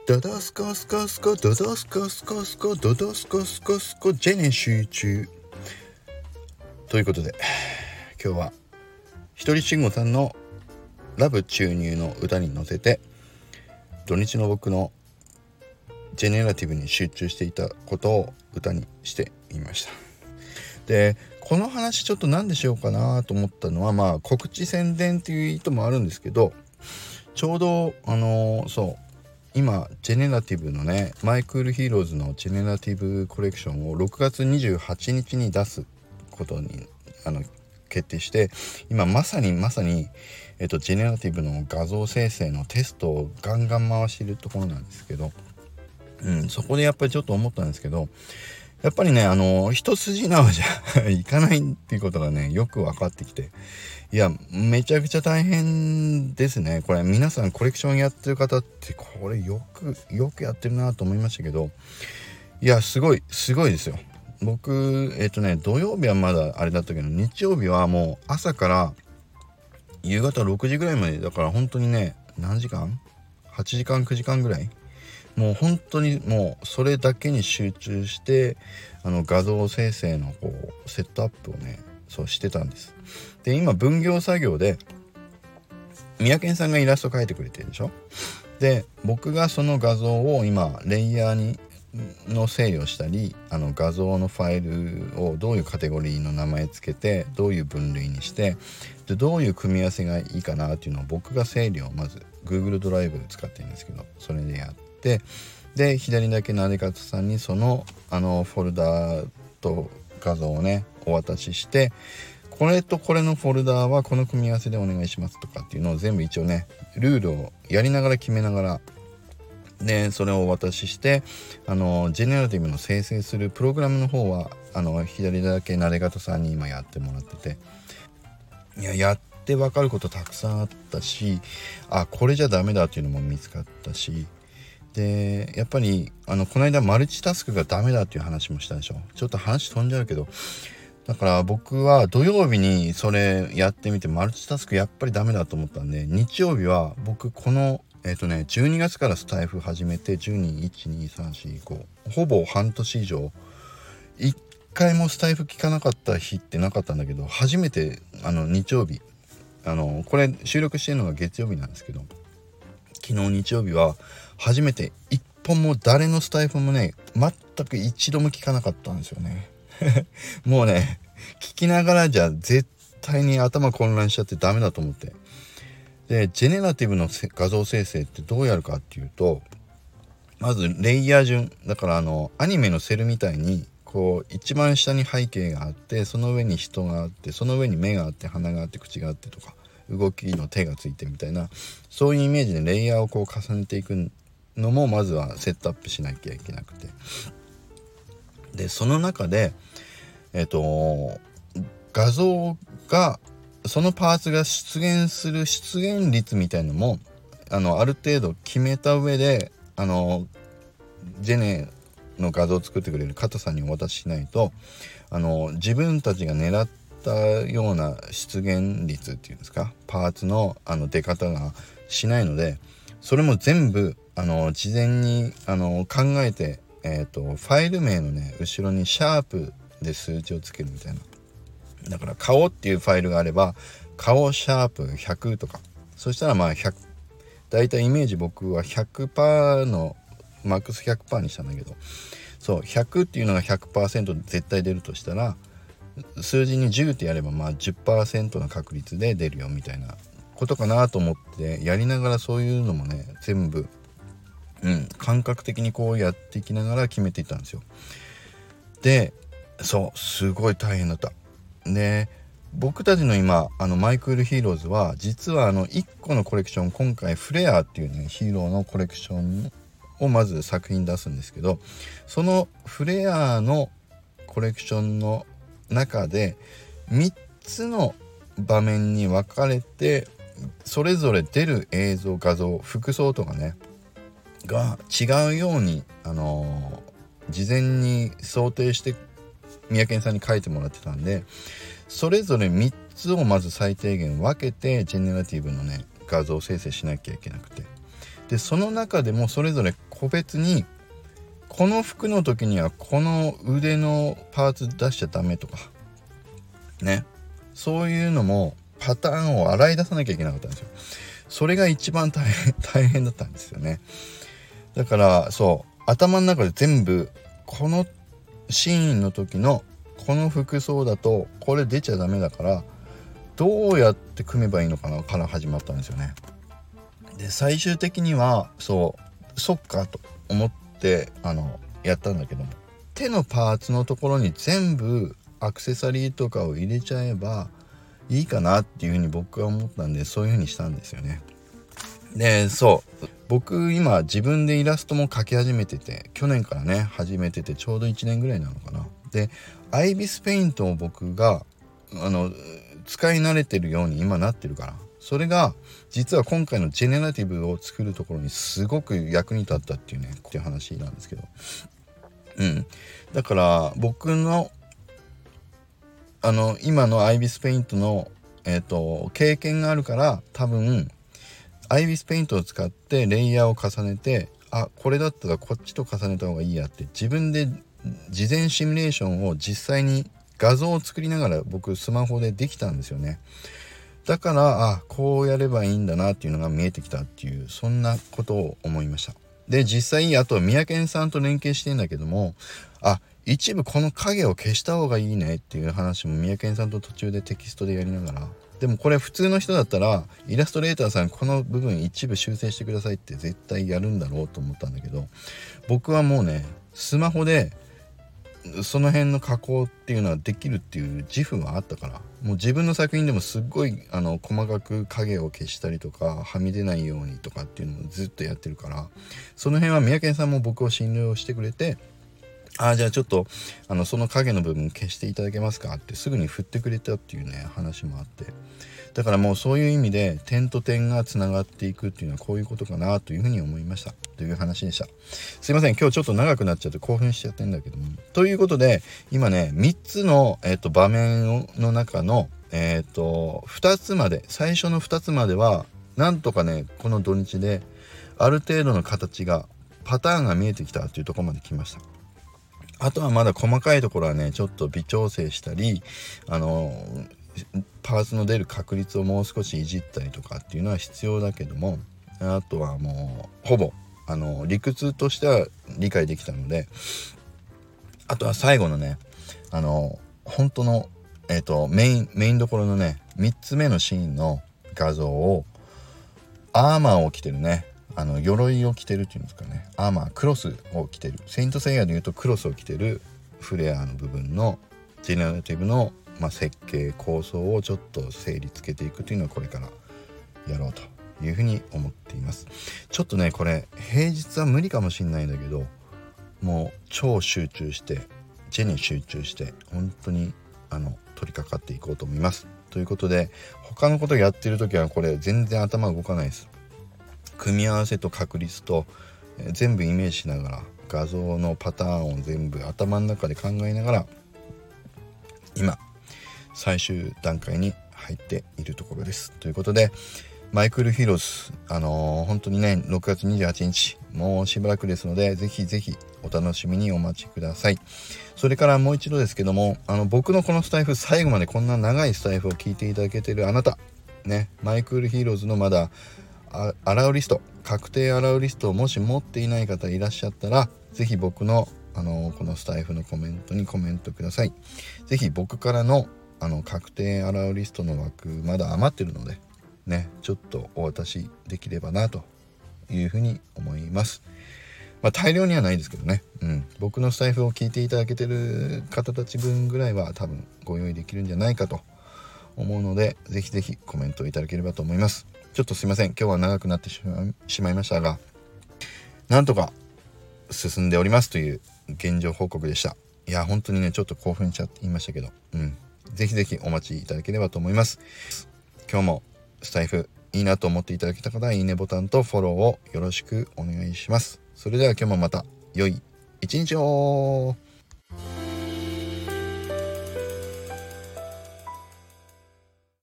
ドドスコスコスコドドスコスコスコドドスコスコスコジェネ集中ということで、今日はひとりしんごさんのラブ注入の歌に乗せて土日の僕のジェネラティブに集中していたことを歌にしてみました。でこの話ちょっと何でしようかなと思ったのは、告知宣伝っていう意図もあるんですけど、ちょうど今ジェネラティブのねマイクールヒーローズのジェネラティブコレクションを6月28日に出すことに決定して、今まさにジェネラティブの画像生成のテストをガンガン回しているところなんですけど、そこでやっぱりちょっと思ったんですけど、やっぱりね一筋縄じゃいかないっていうことがねよく分かってきて、いやめちゃくちゃ大変ですね。これ皆さんコレクションやってる方ってこれよくやってるなと思いましたけど、いやすごいですよ。僕土曜日はまだあれだったけど、日曜日はもう朝から夕方6時ぐらいまでだから、本当にね何時間8時間9時間ぐらい、もう本当にもうそれだけに集中して画像生成のセットアップをねしてたんです。で今分業作業で三宅さんがイラスト描いてくれてるでしょ。で僕がその画像を今レイヤーの整理をしたり、画像のファイルをどういうカテゴリーの名前つけてどういう分類にしてでどういう組み合わせがいいかなっていうのを僕が整理をまず Google ドライブ使ってるんですけど、それでやって、で左だけなでかつさんにそのフォルダと画像をねお渡しして、これとこれのフォルダはこの組み合わせでお願いしますとかっていうのを全部一応ねルールをやりながら決めながらでそれをお渡しして、ジェネラティブの生成するプログラムの方は左だけなでかつさんに今やってもらってて、やって分かることたくさんあったし、これじゃダメだっていうのも見つかったし、でやっぱりこの間マルチタスクがダメだっていう話もしたでしょ。ちょっと話飛んじゃうけど、だから僕は土曜日にそれやってみてマルチタスクやっぱりダメだと思ったんで、日曜日は僕この12月からスタイフ始めて121234ほぼ半年以上1回もスタイフ聞かなかった日ってなかったんだけど、初めて日曜日これ収録してるのが月曜日なんですけど、昨日日曜日は初めて一本も誰のスタイフもね全く一度も聞かなかったんですよねもうね聞きながらじゃ絶対に頭混乱しちゃってダメだと思って、でジェネラティブの画像生成ってどうやるかっていうと、まずレイヤー順だから、アニメのセルみたいに一番下に背景があって、その上に人があって、その上に目があって鼻があって口があってとか動きの手がついてみたいな、そういうイメージでレイヤーを重ねていくのもまずはセットアップしなきゃいけなくて、でその中で画像がそのパーツが出現する出現率みたいのもある程度決めた上でジェネの画像を作ってくれる加藤さんにお渡ししないと自分たちが狙ったような出現率っていうんですか、パーツの出方がしないので、それも全部事前に考えてファイル名のね後ろにシャープで数値をつけるみたいな。だから顔っていうファイルがあれば顔シャープ100とか、そしたら100だいたいイメージ僕は 100% のマックス 100% にしたんだけど、そう100っていうのが 100% 絶対出るとしたら、数字に10ってやれば10% の確率で出るよみたいなことかなと思ってやりながら、そういうのもね全部感覚的にやっていきながら決めていったんですよ。ですごい大変だった。で僕たちの今マイクールヒーローズは実は1個のコレクション、今回フレアっていうねヒーローのコレクションをまず作品出すんですけど、そのフレアのコレクションの中で3つの場面に分かれて、それぞれ出る映像画像服装とかねが違うように事前に想定して三宅さんに書いてもらってたんで、それぞれ3つをまず最低限分けてジェネラティブのね画像生成しなきゃいけなくて、でその中でもそれぞれ個別にこの服の時にはこの腕のパーツ出しちゃダメとかね、そういうのもパターンを洗い出さなきゃいけなかったんですよ。それが一番大変だったんですよね。だからそう頭の中で全部このシーンの時のこの服装だとこれ出ちゃダメだからどうやって組めばいいのかなから始まったんですよね。で最終的にはそっかと思ってやったんだけども、手のパーツのところに全部アクセサリーとかを入れちゃえばいいかなっていうふうに僕は思ったんで、そういうふうにしたんですよね。で僕今自分でイラストも描き始めてて、去年からね始めててちょうど1年ぐらいなのかな。でアイビスペイントを僕が使い慣れてるように今なってるから、それが実は今回のジェネラティブを作るところにすごく役に立ったっていうねっていう話なんですけど、だから僕の今のアイビスペイントの経験があるから、多分アイビスペイントを使ってレイヤーを重ねて、これだったらこっちと重ねた方がいいやって自分で事前シミュレーションを実際に画像を作りながら僕スマホでできたんですよね。だからこうやればいいんだなっていうのが見えてきたっていう、そんなことを思いました。で実際あと三宅さんと連携してんだけども、一部この影を消した方がいいねっていう話も三宅さんと途中でテキストでやりながら、でもこれ普通の人だったらイラストレーターさんこの部分一部修正してくださいって絶対やるんだろうと思ったんだけど、僕はもうねスマホでその辺の加工っていうのはできるっていう自負はあったから、もう自分の作品でもすっごい細かく影を消したりとかはみ出ないようにとかっていうのをずっとやってるから、その辺は三宅さんも僕を信用してくれて、じゃあちょっとその影の部分消していただけますかってすぐに振ってくれたっていうね話もあって、だからもうそういう意味で点と点がつながっていくっていうのはこういうことかなというふうに思いましたという話でした。すいません今日ちょっと長くなっちゃって興奮しちゃってんだけども、ということで今ね3つの、場面の中の、2つまで、最初の2つまではなんとかねこの土日である程度の形がパターンが見えてきたっていうところまで来ました。あとはまだ細かいところはねちょっと微調整したりパーツの出る確率をもう少しいじったりとかっていうのは必要だけども、あとはもうほぼ理屈としては理解できたので、あとは最後のね本当のメインどころのね3つ目のシーンの画像をアーマーを着てるね鎧を着てるっていうんですかね、アーマークロスを着てる、セイントセイヤでいうとクロスを着てるフレアの部分のジェネラティブの、設計構想をちょっと整理つけていくというのをこれからやろうというふうに思っています。ちょっとねこれ平日は無理かもしれないんだけど、もう超集中してジェに集中して本当に取り掛かっていこうと思います。ということで他のことやってる時はこれ全然頭動かないです。組み合わせと確率と全部イメージしながら画像のパターンを全部頭の中で考えながら今最終段階に入っているところです。ということでマイクルヒーローズ本当にね6月28日もうしばらくですのでぜひぜひお楽しみにお待ちください。それからもう一度ですけども僕のこのスタイフ最後までこんな長いスタイフを聞いていただけてるあなたね、マイクルヒーローズのまだアラウリスト、確定アラウリストをもし持っていない方いらっしゃったらぜひ僕のこのスタイフのコメントにコメントください。ぜひ僕からの確定アラウリストの枠まだ余ってるのでね、ちょっとお渡しできればなというふうに思います。大量にはないですけどね、僕のスタイフを聞いていただけてる方たち分ぐらいは多分ご用意できるんじゃないかと思うのでぜひぜひコメントいただければと思います。ちょっとすいません今日は長くなってしまいましたが、なんとか進んでおりますという現状報告でした。いや本当にねちょっと興奮しちゃって言いましたけど、ぜひぜひお待ちいただければと思います。今日もスタイフいいなと思っていただけた方はいいねボタンとフォローをよろしくお願いします。それでは今日もまた良い一日を。